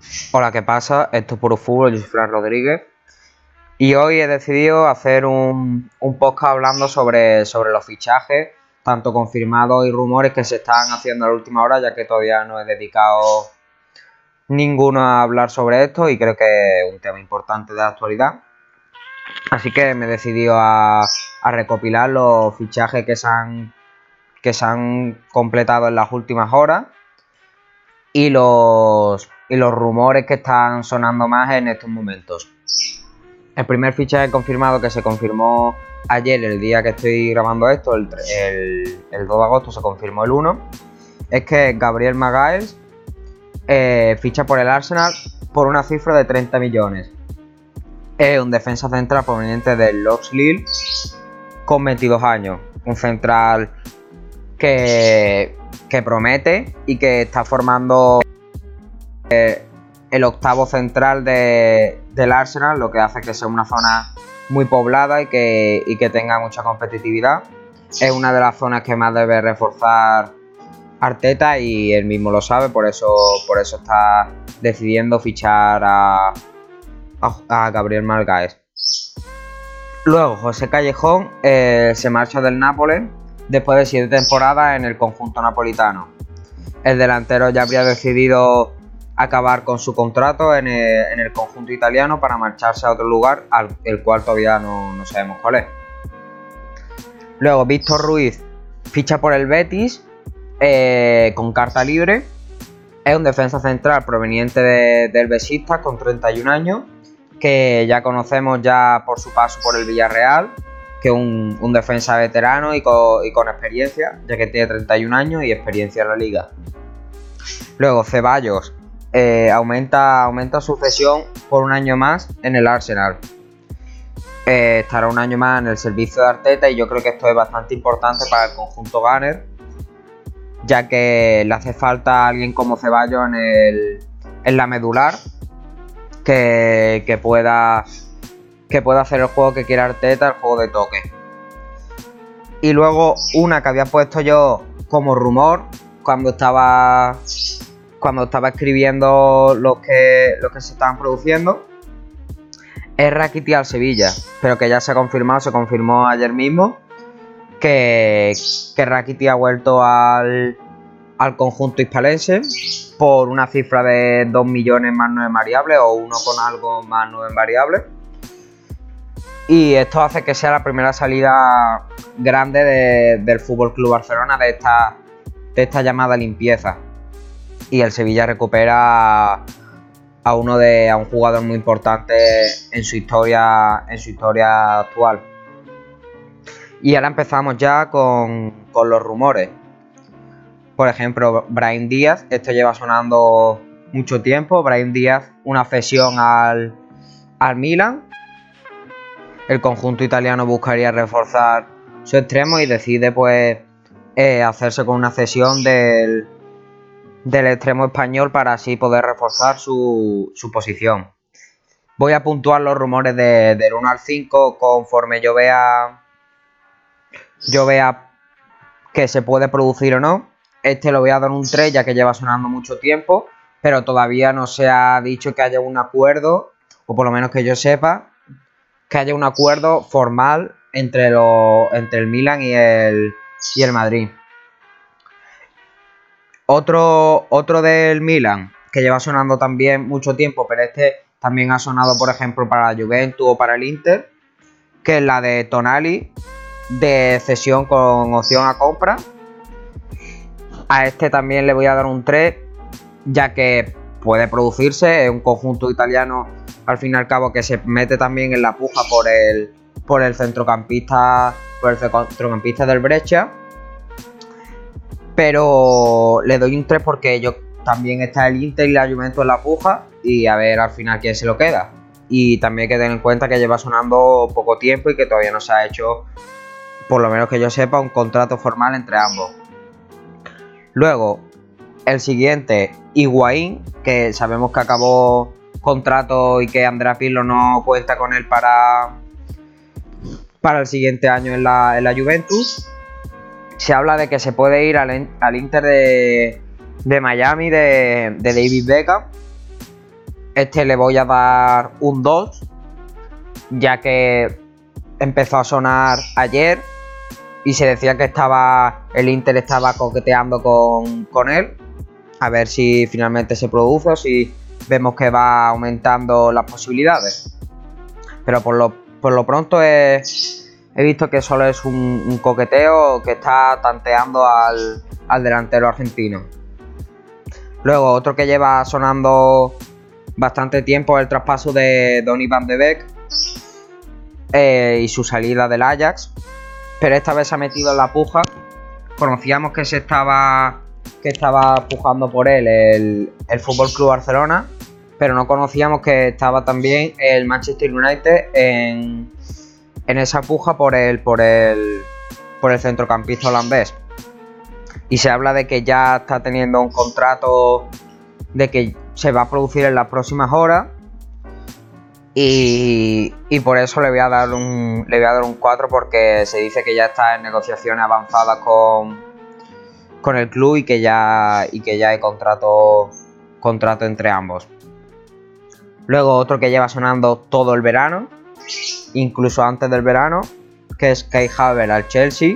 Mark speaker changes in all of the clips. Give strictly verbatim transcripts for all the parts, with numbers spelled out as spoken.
Speaker 1: Hola, ¿qué pasa? Esto es Puro Fútbol, yo soy Fran Rodríguez y hoy he decidido hacer un, un podcast hablando sobre, sobre los fichajes, tanto confirmados y rumores que se están haciendo a la última hora, ya que todavía no he dedicado ninguno a hablar sobre esto y creo que es un tema importante de la actualidad. Así que me he decidido a, a recopilar los fichajes que se han, que se han completado en las últimas horas y los, y los rumores que están sonando más en estos momentos. El primer fichaje confirmado, que se confirmó ayer, el día que estoy grabando esto, el, el, el dos de agosto se confirmó el uno, es que Gabriel Magalhaes eh, ficha por el Arsenal por una cifra de treinta millones. Es un defensa central proveniente del Loks Lille con veintidós años. Un central que, que promete y que está formando eh, el octavo central de, del Arsenal, lo que hace que sea una zona muy poblada y que, y que tenga mucha competitividad. Es una de las zonas que más debe reforzar Arteta y él mismo lo sabe, por eso, por eso está decidiendo fichar a, a, a Gabriel Magalhaes. Luego, José Callejón eh, se marcha del Nápoles después de siete temporadas en el conjunto napolitano. El delantero ya habría decidido acabar con su contrato en el, en el conjunto italiano para marcharse a otro lugar, al el cual todavía no, no sabemos cuál es. Luego, Víctor Ruiz ficha por el Betis eh, con carta libre. Es un defensa central proveniente de, del Besiktas con treinta y un años, que ya conocemos ya por su paso por el Villarreal, que es un, un defensa veterano y con, y con experiencia, ya que tiene treinta y un años y experiencia en la liga. Luego, Ceballos eh, aumenta, aumenta su cesión por un año más en el Arsenal. Eh, estará un año más en el servicio de Arteta y yo creo que esto es bastante importante para el conjunto Gunner, ya que le hace falta alguien como Ceballos en, el, en la medular que, que, pueda, que pueda hacer el juego que quiere Arteta, el juego de toque. Y luego una que había puesto yo como rumor cuando estaba, cuando estaba escribiendo los que, los que se estaban produciendo, es Rakitic al Sevilla, pero que ya se ha confirmado, se confirmó ayer mismo que, que Rakitic ha vuelto al, al conjunto hispalense por una cifra de dos millones más nueve variables o uno con algo más nueve variables. Y esto hace que sea la primera salida grande de, del F C Barcelona de esta, de esta llamada limpieza. Y el Sevilla recupera a uno de a un jugador muy importante en su historia, en su historia actual. Y ahora empezamos ya con, con los rumores. Por ejemplo, Brahim Díaz, esto lleva sonando mucho tiempo. Brahim Díaz, una cesión al, al Milan. El conjunto italiano buscaría reforzar su extremo y decide pues eh, hacerse con una cesión del, del extremo español para así poder reforzar su, su posición. Voy a puntuar los rumores de, del uno al cinco conforme yo vea, yo vea que se puede producir o no. Este lo voy a dar un tres, ya que lleva sonando mucho tiempo, pero todavía no se ha dicho que haya un acuerdo, o por lo menos que yo sepa, que haya un acuerdo formal entre, los, entre el Milan y el, y el Madrid. Otro, otro del Milan, que lleva sonando también mucho tiempo, pero este también ha sonado, por ejemplo, para la Juventus o para el Inter, que es la de Tonali, de cesión con opción a compra. A este también le voy a dar un tres, ya que puede producirse, es un conjunto italiano al fin y al cabo que se mete también en la puja por el, por el centrocampista, por el centrocampista del Brescia. Pero le doy un tres porque yo también está el Inter y la Juventus en la puja y a ver al final quién se lo queda. Y también hay que tener en cuenta que lleva sonando poco tiempo y que todavía no se ha hecho, por lo menos que yo sepa, un contrato formal entre ambos. Luego, el siguiente, Higuaín, que sabemos que acabó contrato y que Andrea Pirlo no cuenta con él para, para el siguiente año en la, en la Juventus. Se habla de que se puede ir al, al Inter de, de Miami de, de David Beckham, Este le voy a dar un dos, ya que empezó a sonar ayer y se decía que estaba el Inter estaba coqueteando con, con él. A ver si finalmente se produce o si vemos que va aumentando las posibilidades. Pero por lo, por lo pronto he, he visto que solo es un, un coqueteo que está tanteando al, al delantero argentino. Luego otro que lleva sonando bastante tiempo es el traspaso de Donny van de Beek eh, y su salida del Ajax. Pero esta vez se ha metido en la puja. Conocíamos que se estaba que estaba pujando por él el, el F C Barcelona, pero no conocíamos que estaba también el Manchester United en, en esa puja por el, por el por el centrocampista holandés. Y se habla de que ya está teniendo un contrato de que se va a producir en las próximas horas. Y, y por eso le voy a dar un le voy a dar un cuatro, porque se dice que ya está en negociaciones avanzadas con, con el club y que ya y que ya hay contrato contrato entre ambos. Luego otro que lleva sonando todo el verano, incluso antes del verano, que es Kai Havertz al Chelsea.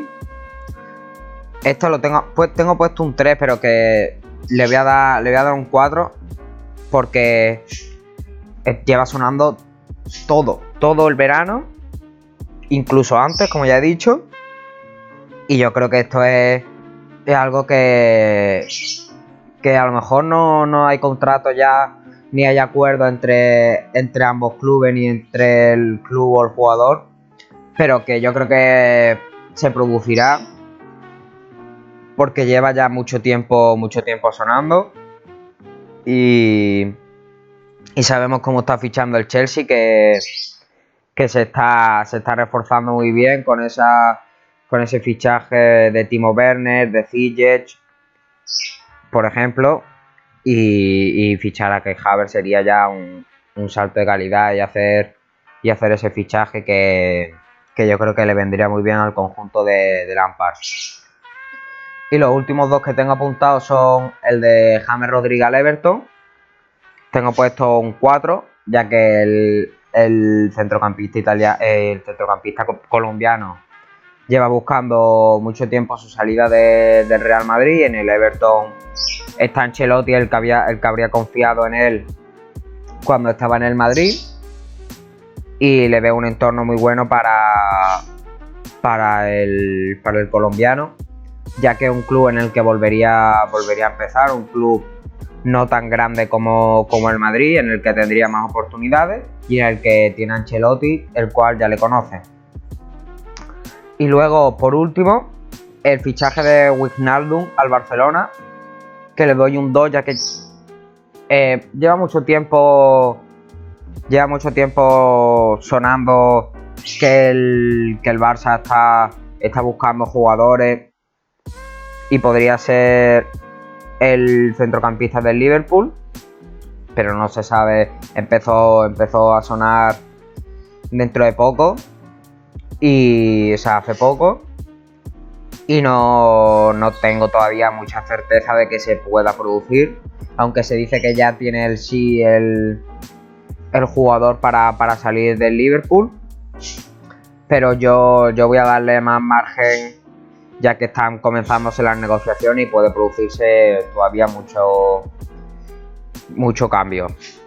Speaker 1: Esto lo tengo pues tengo puesto un tres, pero que le voy a dar le voy a dar un cuatro, porque lleva sonando todo, todo el verano, incluso antes, como ya he dicho. Y yo creo que esto es, es algo que, que a lo mejor no, no hay contrato ya, ni hay acuerdo entre, entre ambos clubes, ni entre el club o el jugador, pero que yo creo que se producirá, porque lleva ya mucho tiempo, mucho tiempo sonando. Y... Y sabemos cómo está fichando el Chelsea, que, que se, está, se está reforzando muy bien con, esa, con ese fichaje de Timo Werner, de Ziyech, por ejemplo. Y, y fichar a Kai Havertz sería ya un, un salto de calidad y hacer, y hacer ese fichaje que, que yo creo que le vendría muy bien al conjunto de, de Lampard. Y los últimos dos que tengo apuntados son el de James Rodríguez al Everton. Tengo puesto un cuatro, ya que el, el centrocampista italiano, el centrocampista colombiano lleva buscando mucho tiempo su salida de, del Real Madrid. En el Everton está Ancelotti, el que, había, el que habría confiado en él cuando estaba en el Madrid. Y le veo un entorno muy bueno para, para, el, para el colombiano, ya que es un club en el que volvería, volvería a empezar, un club no tan grande como, como el Madrid, en el que tendría más oportunidades y en el que tiene Ancelotti, el cual ya le conoce. Y luego, por último, el fichaje de Wijnaldum al Barcelona, que le doy un dos, ya que eh, lleva mucho tiempo lleva mucho tiempo sonando que el, que el Barça está, está buscando jugadores y podría ser el centrocampista del Liverpool, pero no se sabe. Empezó, empezó a sonar dentro de poco, y o sea, hace poco, y no, no tengo todavía mucha certeza de que se pueda producir, aunque se dice que ya tiene el sí el, el jugador para, para salir del Liverpool, pero yo, yo voy a darle más margen, ya que están comenzándose las negociaciones y puede producirse todavía mucho, mucho cambio.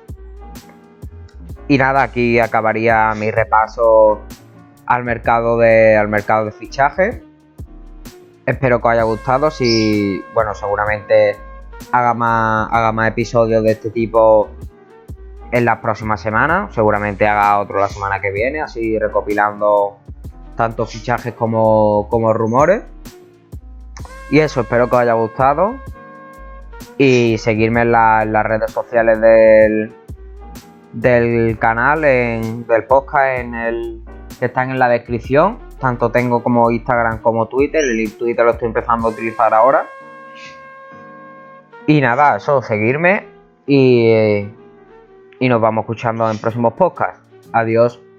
Speaker 1: Y nada, aquí acabaría mi repaso al mercado de, al mercado de fichaje. Espero que os haya gustado. Si, bueno, seguramente haga más, haga más episodios de este tipo en las próximas semanas. Seguramente haga otro la semana que viene, así recopilando tanto fichajes como, como rumores. Y eso, espero que os haya gustado. Y seguirme en, la, en las redes sociales del, del canal, en, del podcast, en el, que están en la descripción. Tanto tengo como Instagram como Twitter. El Twitter lo estoy empezando a utilizar ahora. Y nada, eso, seguirme. Y, y nos vamos escuchando en próximos podcasts. Adiós.